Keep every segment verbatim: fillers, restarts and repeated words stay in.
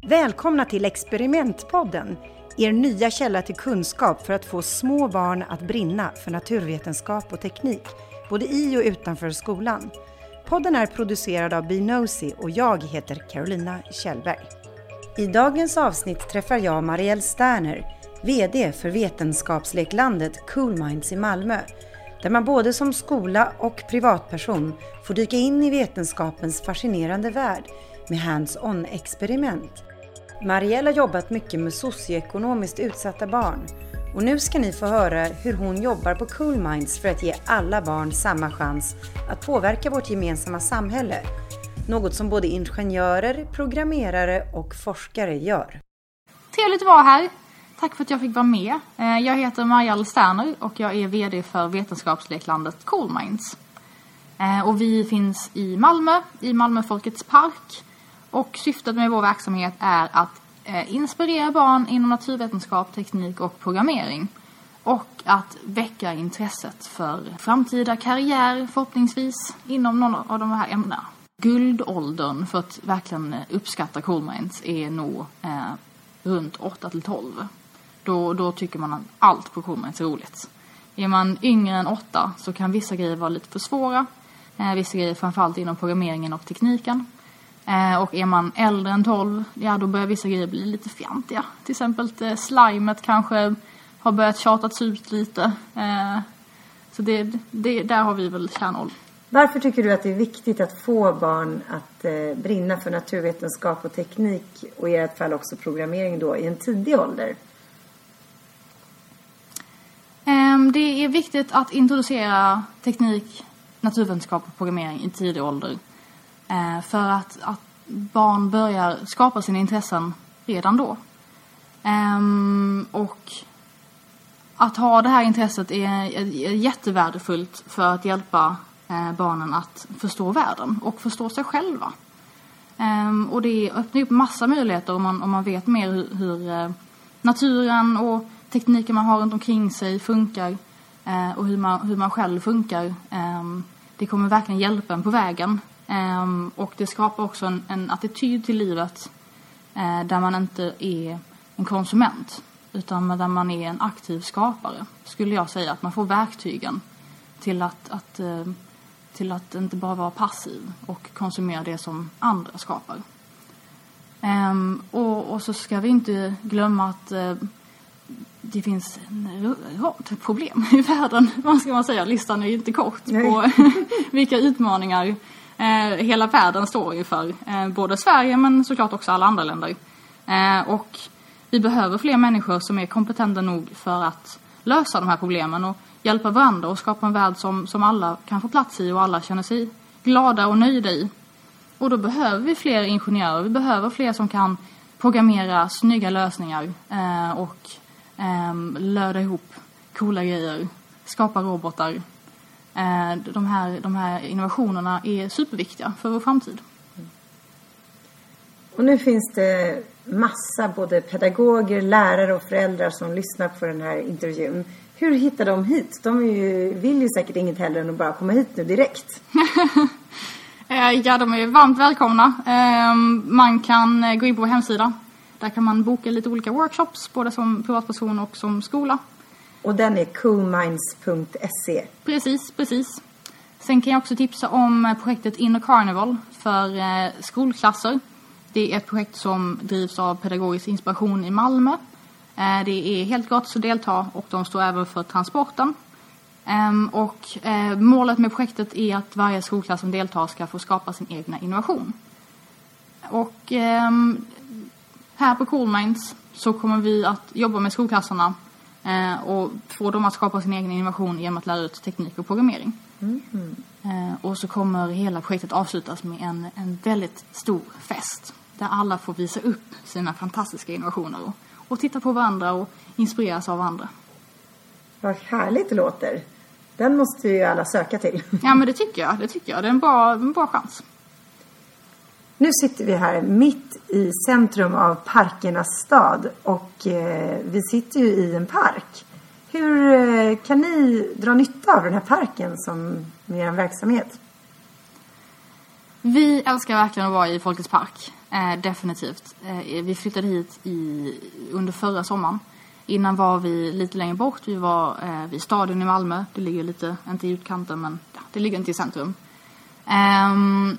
Välkomna till Experimentpodden, er nya källa till kunskap för att få små barn att brinna för naturvetenskap och teknik, både i och utanför skolan. Podden är producerad av Binosi och jag heter Carolina Kjellberg. I dagens avsnitt träffar jag Marielle Sterner, vd för vetenskapsleklandet Cool Minds i Malmö, där man både som skola och privatperson får dyka in i vetenskapens fascinerande värld med hands-on-experiment. Marielle har jobbat mycket med socioekonomiskt utsatta barn och nu ska ni få höra hur hon jobbar på Cool Minds för att ge alla barn samma chans att påverka vårt gemensamma samhälle. Något som både ingenjörer, programmerare och forskare gör. Trevligt att vara här. Tack för att jag fick vara med. Jag heter Marielle Sterner och jag är vd för vetenskapsleklandet Cool Minds. Och vi finns i Malmö, i Malmö Folkets Park. Och syftet med vår verksamhet är att inspirera barn inom naturvetenskap, teknik och programmering. Och att väcka intresset för framtida karriär, förhoppningsvis, inom någon av de här ämnena. Guldåldern för att verkligen uppskatta Cool Minds är nog eh, runt åtta till tolv. Då, då tycker man att allt på Cool Minds är roligt. Är man yngre än åtta så kan vissa grejer vara lite för svåra. Eh, vissa grejer framförallt inom programmeringen och tekniken. Eh, och är man äldre än tolv, ja då börjar vissa grejer bli lite fjantiga. Till exempel eh, slimet kanske har börjat tjatats ut lite. Eh, så det, det, där har vi väl kärnåld. Varför tycker du att det är viktigt att få barn att eh, brinna för naturvetenskap och teknik och i ert fall också programmering då i en tidig ålder? Eh, det är viktigt att introducera teknik, naturvetenskap och programmering i tidig ålder. Eh, för att, att barn börjar skapa sina intressen redan då. Eh, och att ha det här intresset är, är, är jättevärdefullt för att hjälpa eh, barnen att förstå världen och förstå sig själva. Eh, och det öppnar upp massa möjligheter om man, om man vet mer hur, hur eh, naturen och tekniken man har runt omkring sig funkar eh, och hur man, hur man själv funkar. Eh, det kommer verkligen hjälpa en på vägen. Um, och det skapar också en, en attityd till livet uh, där man inte är en konsument utan där man är en aktiv skapare. Skulle jag säga att man får verktygen till att, att, uh, till att inte bara vara passiv och konsumera det som andra skapar. Um, och, och så ska vi inte glömma att uh, det finns en rad problem i världen. Vad ska man säga? Listan är inte kort på vilka utmaningar Eh, hela världen står ju för. Eh, både Sverige men såklart också alla andra länder. Eh, och vi behöver fler människor som är kompetenta nog för att lösa de här problemen och hjälpa varandra och skapa en värld som, som alla kan få plats i och alla känner sig glada och nöjda i. Och då behöver vi fler ingenjörer. Vi behöver fler som kan programmera snygga lösningar eh, och eh, löda ihop coola grejer, skapa robotar. De här, de här innovationerna är superviktiga för vår framtid. Och nu finns det massa både pedagoger, lärare och föräldrar som lyssnar på den här intervjun. Hur hittar de hit? De är ju, vill ju säkert inget hellre än att bara komma hit nu direkt. Ja, de är varmt välkomna. Man kan gå in på vår hemsida. Där kan man boka lite olika workshops, både som privatperson och som skola. Och den är coolminds punkt se. Precis, precis. Sen kan jag också tipsa om projektet Inner Carnival för eh, skolklasser. Det är ett projekt som drivs av Pedagogisk Inspiration i Malmö. Eh, det är helt gratis att delta och de står även för transporten. Ehm, och eh, målet med projektet är att varje skolklass som deltar ska få skapa sin egna innovation. Och eh, här på Cool Minds så kommer vi att jobba med skolklasserna och få dem att skapa sin egen innovation genom att lära ut teknik och programmering. Mm. Och så kommer hela projektet avslutas med en, en väldigt stor fest där alla får visa upp sina fantastiska innovationer och, och titta på varandra och inspireras av varandra. Vad härligt det låter. Den måste ju alla söka till. Ja, men det tycker jag. Det tycker jag. Det är en bra, en bra chans. Nu sitter vi här mitt i centrum av parkernas stad och eh, vi sitter ju i en park. Hur eh, kan ni dra nytta av den här parken som med er verksamhet? Vi älskar verkligen att vara i Folkets Park. Eh, definitivt. Eh, vi flyttade hit i, under förra sommaren. Innan var vi lite längre bort. Vi var eh, vid Stadion i Malmö. Det ligger lite, inte i utkanten, men ja, det ligger inte i centrum. Eh,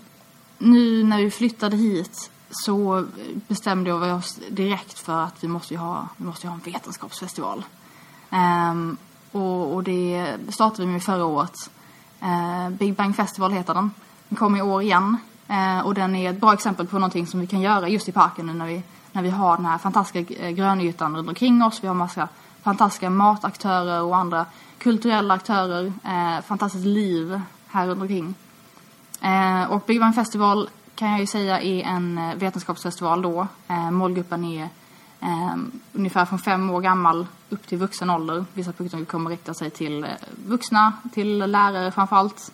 nu när vi flyttade hit så bestämde jag oss direkt för att vi måste ju ha, vi måste ju ha en vetenskapsfestival. Eh, och, och det startade vi med förra året. Eh, Big Bang Festival heter den. Den kommer i år igen. Eh, och den är ett bra exempel på någonting som vi kan göra just i parken nu när vi, när vi har den här fantastiska grönytan runt omkring oss. Vi har massa fantastiska mataktörer och andra kulturella aktörer. Eh, fantastiskt liv här runt omkring. Eh, och Big Bang Festival kan jag ju säga är en vetenskapsfestival då. Eh, målgruppen är eh, ungefär från fem år gammal upp till vuxen ålder. Vissa punkter kommer rikta sig till eh, vuxna, till lärare framförallt.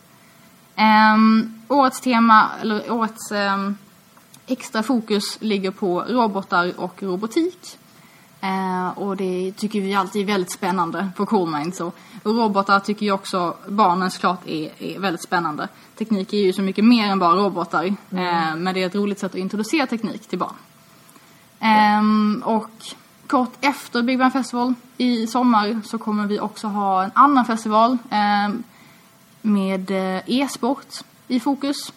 Um, årets tema, eller årets um, extra fokus ligger på robotar och robotik. Uh, och det tycker vi alltid är väldigt spännande på Cool Minds. Och robotar tycker ju också barnen såklart är, är väldigt spännande. Teknik är ju så mycket mer än bara robotar. Mm. Uh, men det är ett roligt sätt att introducera teknik till barn. Um, och kort efter Big Bang Festival i sommar så kommer vi också ha en annan festival. Um, med e-sport i fokus.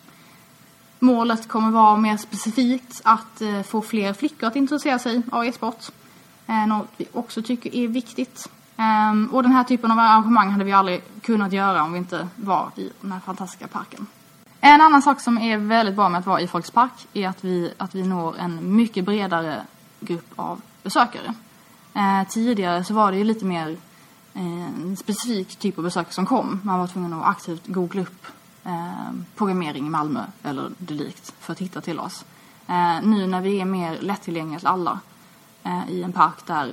Målet kommer vara mer specifikt att få fler flickor att intressera sig av e-sport. Något vi också tycker är viktigt. Och den här typen av arrangemang hade vi aldrig kunnat göra om vi inte var i den här fantastiska parken. En annan sak som är väldigt bra med att vara i Folkets park är att vi, att vi når en mycket bredare grupp av besökare. Tidigare så var det ju lite mer en specifik typ av besök som kom. Man var tvungen att aktivt googla upp eh, programmering i Malmö eller delikt för att hitta till oss. Eh, nu när vi är mer lättillgängliga till alla eh, i en park där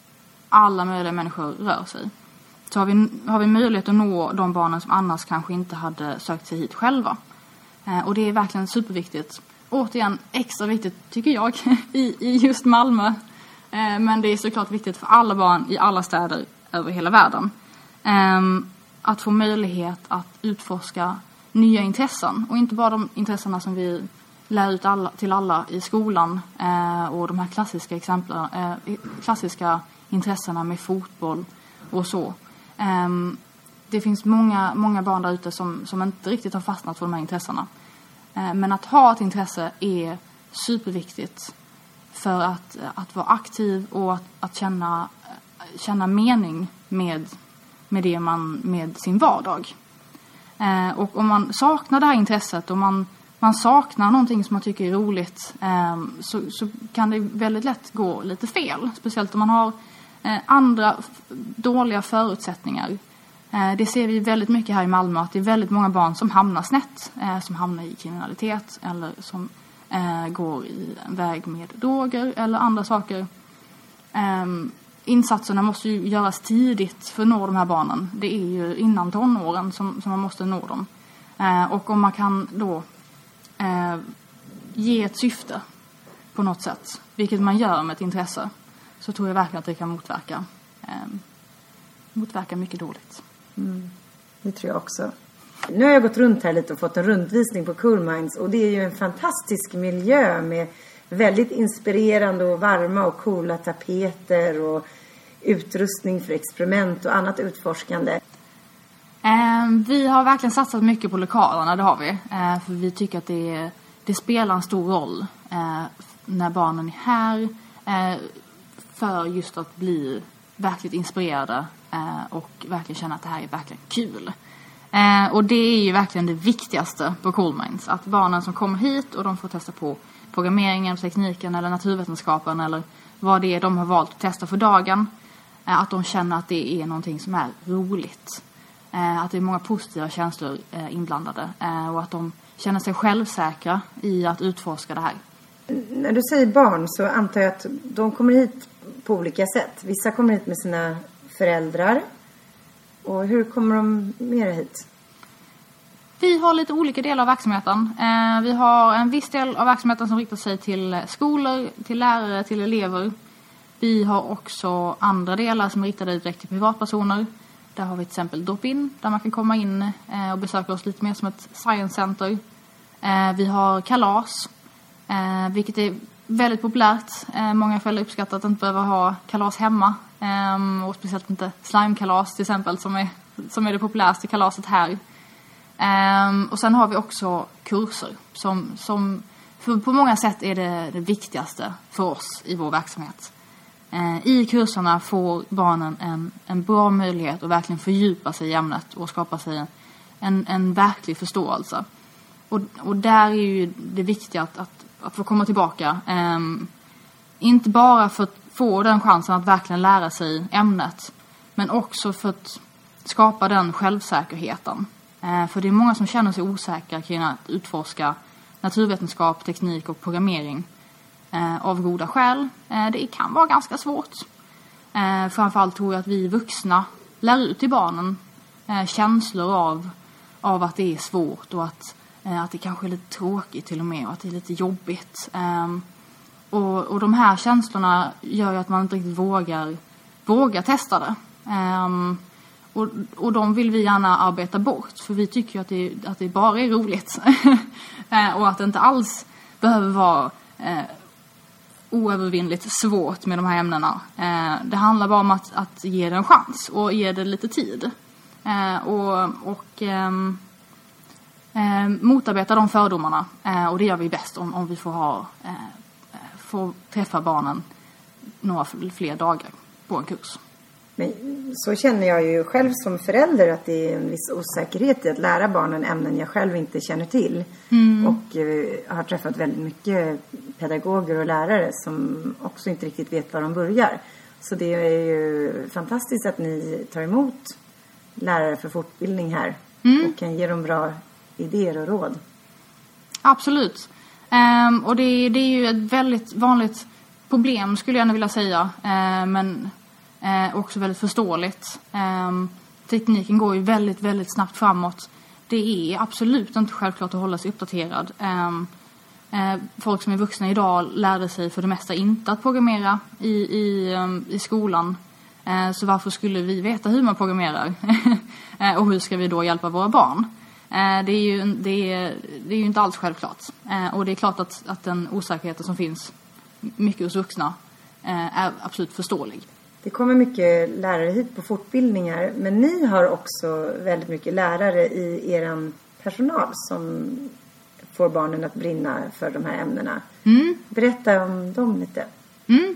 alla möjliga människor rör sig, så har vi, har vi möjlighet att nå de barnen som annars kanske inte hade sökt sig hit själva. Eh, och det är verkligen superviktigt. Återigen extra viktigt tycker jag i, i just Malmö. Eh, men det är såklart viktigt för alla barn i alla städer över hela världen. Um, att få möjlighet att utforska nya intressen. Och inte bara de intressena som vi lär ut alla, till alla i skolan. Uh, och de här klassiska exemplen, uh, klassiska intressena med fotboll och så. Um, det finns många, många barn där ute som, som inte riktigt har fastnat för de här intressena. Uh, men att ha ett intresse är superviktigt. För att, att vara aktiv och att, att känna... känna mening med, med det man med sin vardag. Eh, och om man saknar det här intresset och man, man saknar någonting som man tycker är roligt eh, så, så kan det väldigt lätt gå lite fel. Speciellt om man har eh, andra f- dåliga förutsättningar. Eh, det ser vi väldigt mycket här i Malmö, att det är väldigt många barn som hamnar snett, eh, som hamnar i kriminalitet eller som eh, går i en väg med droger eller andra saker. Eh, Insatserna måste ju göras tidigt för att nå de här barnen. Det är ju innan tonåren som, som man måste nå dem. Eh, och om man kan då eh, ge ett syfte på något sätt, vilket man gör med ett intresse, så tror jag verkligen att det kan motverka, eh, motverka mycket dåligt. Mm. Det tror jag också. Nu har jag gått runt här lite och fått en rundvisning på Cool Minds. Och det är ju en fantastisk miljö med väldigt inspirerande och varma och coola tapeter och utrustning för experiment och annat utforskande. Eh, vi har verkligen satsat mycket på lokalerna, det har vi. Eh, för vi tycker att det, det spelar en stor roll eh, när barnen är här. Eh, för just att bli verkligt inspirerade eh, och verkligen känna att det här är verkligen kul. Eh, och det är ju verkligen det viktigaste på Cool Minds. Att barnen som kommer hit och de får testa på programmeringen, tekniken eller naturvetenskapen eller vad det är de har valt att testa för dagen. Eh, att de känner att det är någonting som är roligt. Eh, att det är många positiva känslor eh, inblandade. Eh, och att de känner sig självsäkra i att utforska det här. När du säger barn så antar jag att de kommer hit på olika sätt. Vissa kommer hit med sina föräldrar. Och hur kommer de mer hit? Vi har lite olika delar av verksamheten. Eh, vi har en viss del av verksamheten som riktar sig till skolor, till lärare, till elever. Vi har också andra delar som är riktade direkt till privatpersoner. Där har vi till exempel drop-in, där man kan komma in eh, och besöka oss lite mer som ett science center. Eh, vi har kalas, Eh, vilket är väldigt populärt. Eh, många föräldrar uppskattar att inte behöva ha kalas hemma. Eh, och speciellt inte slimekalas till exempel som är, som är det populäraste kalaset här. Eh, och sen har vi också kurser som, som för på många sätt är det det viktigaste för oss i vår verksamhet. Eh, I kurserna får barnen en, en bra möjlighet att verkligen fördjupa sig i ämnet och skapa sig en, en verklig förståelse. Och, och där är ju det viktiga att, att, att få komma tillbaka. Eh, inte bara för att få den chansen att verkligen lära sig ämnet, men också för att skapa den självsäkerheten. Eh, för det är många som känner sig osäkra kring att utforska naturvetenskap, teknik och programmering eh, av goda skäl. Eh, det kan vara ganska svårt. Eh, framförallt tror jag att vi vuxna lär ut till barnen eh, känslor av, av att det är svårt och att, eh, att det kanske är lite tråkigt till och med och att det är lite jobbigt. Eh, och, och de här känslorna gör ju att man inte riktigt vågar, vågar testa det. Eh, Och, och de vill vi gärna arbeta bort. För vi tycker att det, att det bara är roligt. Och att det inte alls behöver vara eh, oövervinnligt svårt med de här ämnena. Eh, det handlar bara om att, att ge det en chans. Och ge det lite tid. Eh, och och eh, eh, motarbeta de fördomarna. Eh, och det gör vi bäst om, om vi får, ha, eh, får träffa barnen några fler dagar på en kurs. Men så känner jag ju själv som förälder att det är en viss osäkerhet i att lära barnen ämnen jag själv inte känner till. Mm. Och eh, har träffat väldigt mycket pedagoger och lärare som också inte riktigt vet var de börjar. Så det är ju fantastiskt att ni tar emot lärare för fortbildning här. Mm. Och kan ge dem bra idéer och råd. Absolut. Um, och det, det är ju ett väldigt vanligt problem skulle jag vilja säga. Uh, men... Eh, också väldigt förståeligt. Eh, tekniken går ju väldigt, väldigt snabbt framåt. Det är absolut inte självklart att hålla sig uppdaterad. Eh, eh, folk som är vuxna idag lärde sig för det mesta inte att programmera i, i, um, i skolan. Eh, så varför skulle vi veta hur man programmerar? eh, och hur ska vi då hjälpa våra barn? Eh, det, är ju, det, är, det är ju inte alls självklart. Eh, och det är klart att, att den osäkerheten som finns mycket hos vuxna eh, är absolut förståelig. Det kommer mycket lärare hit på fortbildningar, men ni har också väldigt mycket lärare i er personal som får barnen att brinna för de här ämnena. Mm. Berätta om dem lite. Mm.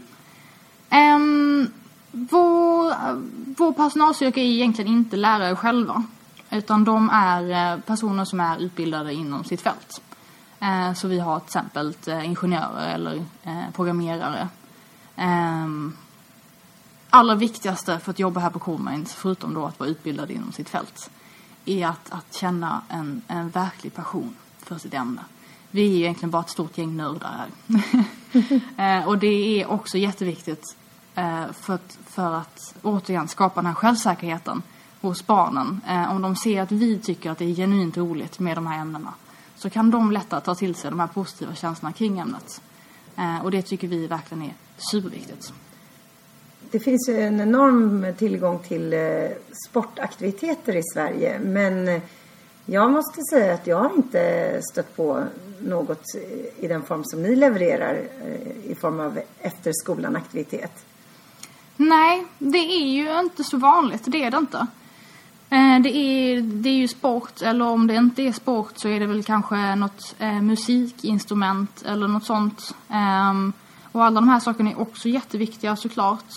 Um, vår, vår personalstyrka är egentligen inte lärare själva, utan de är personer som är utbildade inom sitt fält. Uh, så vi har till exempel ingenjörer eller uh, programmerare. Um, allra viktigaste för att jobba här på Coreminds, förutom då att vara utbildad inom sitt fält, är att, att känna en, en verklig passion för sitt ämne. Vi är ju egentligen bara ett stort gäng nördar här. eh, och det är också jätteviktigt eh, för, att, för att återigen skapa den här självsäkerheten hos barnen. Eh, om de ser att vi tycker att det är genuint roligt med de här ämnena, så kan de lättare ta till sig de här positiva känslorna kring ämnet. Eh, och det tycker vi verkligen är superviktigt. Det finns ju en enorm tillgång till sportaktiviteter i Sverige. Men jag måste säga att jag har inte stött på något i den form som ni levererar i form av efterskolan-aktivitet. Nej, det är ju inte så vanligt. Det är det inte. Det är, det är ju sport, eller om det inte är sport så är det väl kanske något eh, musikinstrument eller något sånt. Um, och alla de här sakerna är också jätteviktiga såklart.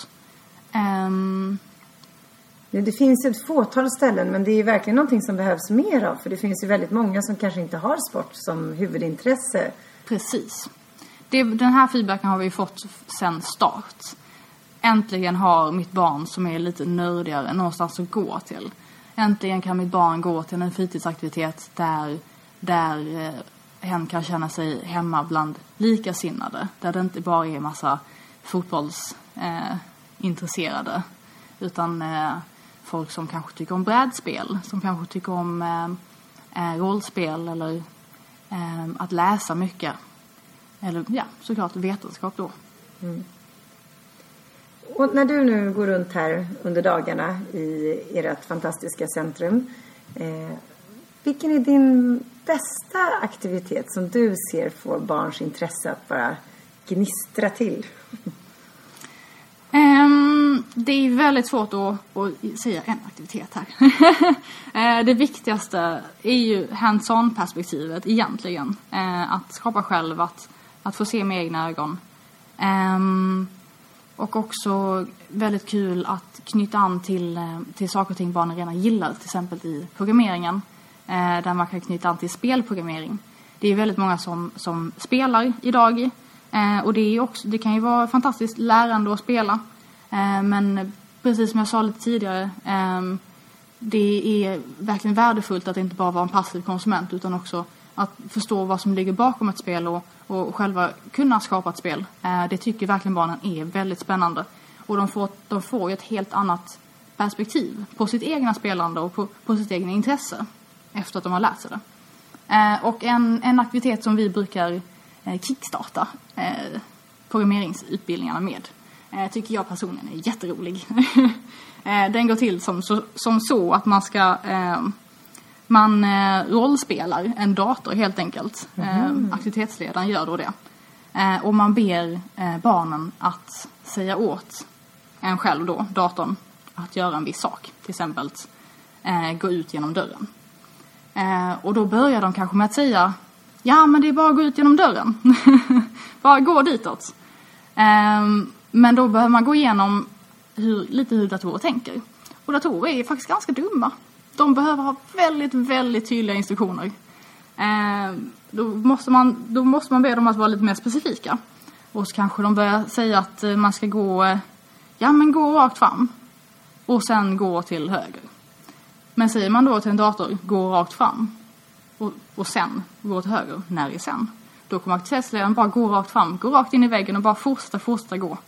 Um... Ja, det finns ett fåtal ställen, men det är verkligen någonting som behövs mer av. För det finns ju väldigt många som kanske inte har sport som huvudintresse. Precis. Det, den här feedbacken har vi fått sedan start. Äntligen har mitt barn som är lite nördigare någonstans att gå till. Äntligen kan mitt barn gå till en fritidsaktivitet där, där eh, hen kan känna sig hemma bland likasinnade. Där det inte bara är massa fotbollsintresserade. Eh, utan eh, folk som kanske tycker om brädspel. Som kanske tycker om eh, rollspel eller eh, att läsa mycket. Eller ja, såklart vetenskap då. Mm. Och när du nu går runt här under dagarna i ert fantastiska centrum, eh, Vilken är din bästa aktivitet som du ser får barns intresse att bara gnistra till? Um, det är väldigt svårt att, att säga en aktivitet här. Det viktigaste är ju hands-on-perspektivet egentligen. Uh, att skapa själv, att, att få se med egna ögon. Um, och också väldigt kul att knyta an till, till saker och ting barnen redan gillar. Till exempel i programmeringen. Uh, där man kan knyta an till spelprogrammering. Det är väldigt många som, som spelar idag. Eh, och det, är också, det kan ju vara fantastiskt lärande att spela. Eh, men precis som jag sa lite tidigare. Eh, det är verkligen värdefullt att inte bara vara en passiv konsument. Utan också att förstå vad som ligger bakom ett spel. Och, och själva kunna skapa ett spel. Eh, det tycker verkligen barnen är väldigt spännande. Och de får, de får ju ett helt annat perspektiv på sitt egna spelande. Och på, på sitt egna intresse. Efter att de har lärt sig det. Eh, och en, en aktivitet som vi brukar kickstarta eh, programmeringsutbildningarna med. Eh, tycker jag personligen är jätterolig. eh, den går till som så, som så att man ska eh, man eh, rollspelar en dator helt enkelt. Mm. Eh, aktivitetsledaren gör då det. Eh, och man ber eh, barnen att säga åt en själv då, datorn, att göra en viss sak. Till exempel eh, gå ut genom dörren. Eh, och då börjar de kanske med att säga: ja, men det är bara att gå ut genom dörren. Bara gå ditåt. Um, men då behöver man gå igenom hur, lite hur datorer tänker. Och datorer är faktiskt ganska dumma. De behöver ha väldigt, väldigt tydliga instruktioner. Um, då, måste man, då måste man be dem att vara lite mer specifika. Och så kanske de börjar säga att man ska gå, ja men gå rakt fram. Och sen gå till höger. Men säger man då till en dator, gå rakt fram. Och, och sen gå till höger, när är sen? Då kommer aktivitetsledaren bara gå rakt fram, gå rakt in i väggen och bara fortsätta, fortsätta gå.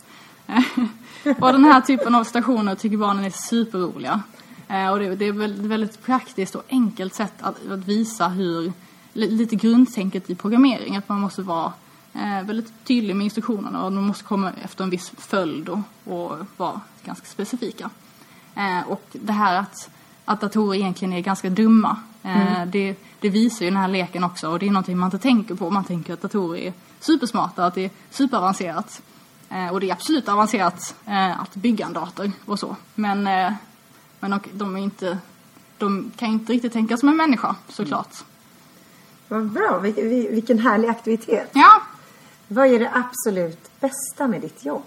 Och den här typen av stationer tycker barnen är superroliga. Och det, det är väldigt, väldigt praktiskt och enkelt sätt att, att visa hur, lite grundtänket i programmering, att man måste vara eh, väldigt tydlig med instruktionerna och de måste komma efter en viss följd och, och vara ganska specifika. Eh, och det här att, att datorer egentligen är ganska dumma, Mm. Det, det visar ju den här leken också. Och det är någonting man inte tänker på. Man tänker att datorer är supersmarta, att det är superavancerat. Och det är absolut avancerat att bygga en dator och så. Men, men de, är inte, de kan inte riktigt tänka som en människa, såklart. Vad bra, Vil, vilken härlig aktivitet. Ja. Vad är det absolut bästa med ditt jobb?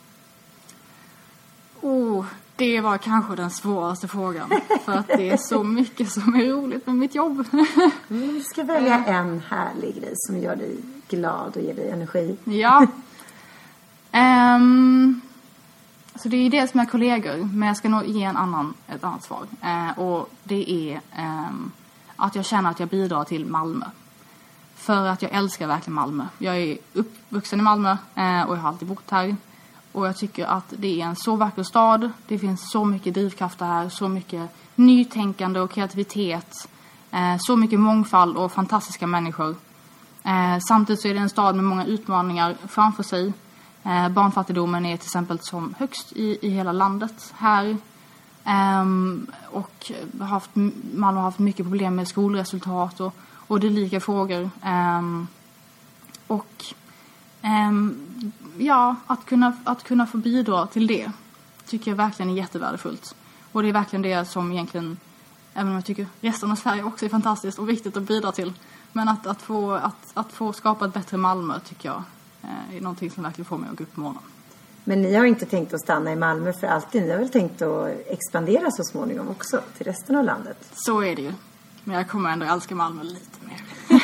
Oh, det var kanske den svåraste frågan. För att det är så mycket som är roligt med mitt jobb. Mm, vi ska välja en härlig grej som gör dig glad och ger dig energi. Ja. Um, så det är det som är kollegor. Men jag ska nog ge en annan, ett annat svar. Uh, och det är um, att jag känner att jag bidrar till Malmö. För att jag älskar verkligen Malmö. Jag är uppvuxen i Malmö uh, och jag har alltid bott här. Och jag tycker att det är en så vacker stad. Det finns så mycket drivkraft här. Så mycket nytänkande och kreativitet. Eh, så mycket mångfald och fantastiska människor. Eh, samtidigt så är det en stad med många utmaningar framför sig. Eh, barnfattigdomen är till exempel som högst i, i hela landet här. Eh, och har haft, man har haft mycket problem med skolresultat och, och dylika frågor. Eh, och... Eh, Ja, att kunna, att kunna få bidra till det tycker jag verkligen är jättevärdefullt. Och det är verkligen det som egentligen, även om jag tycker resten av Sverige också är fantastiskt och viktigt att bidra till. Men att, att, få, att, att få skapa ett bättre Malmö tycker jag är någonting som verkligen får mig att gå upp på morgonen. Men ni har inte tänkt att stanna i Malmö för alltid. Ni har väl tänkt att expandera så småningom också till resten av landet? Så är det ju. Men jag kommer ändå älska Malmö lite mer.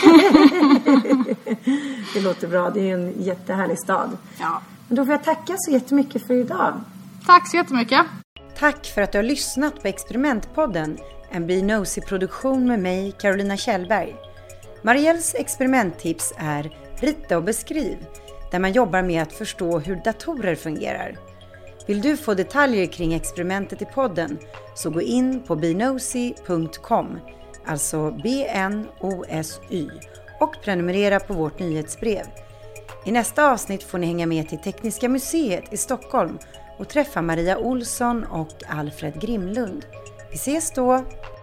Det låter bra. Det är en jättehärlig stad. Ja. Men då får jag tacka så jättemycket för idag. Tack så jättemycket. Tack för att du har lyssnat på Experimentpodden. En Be Nosy-produktion med mig, Carolina Kjellberg. Marielles experimenttips är Rita och beskriv. Där man jobbar med att förstå hur datorer fungerar. Vill du få detaljer kring experimentet i podden så gå in på benosy punkt com, alltså B N O S Y, och prenumerera på vårt nyhetsbrev. I nästa avsnitt får ni hänga med till Tekniska museet i Stockholm och träffa Maria Olsson och Alfred Grimlund. Vi ses då!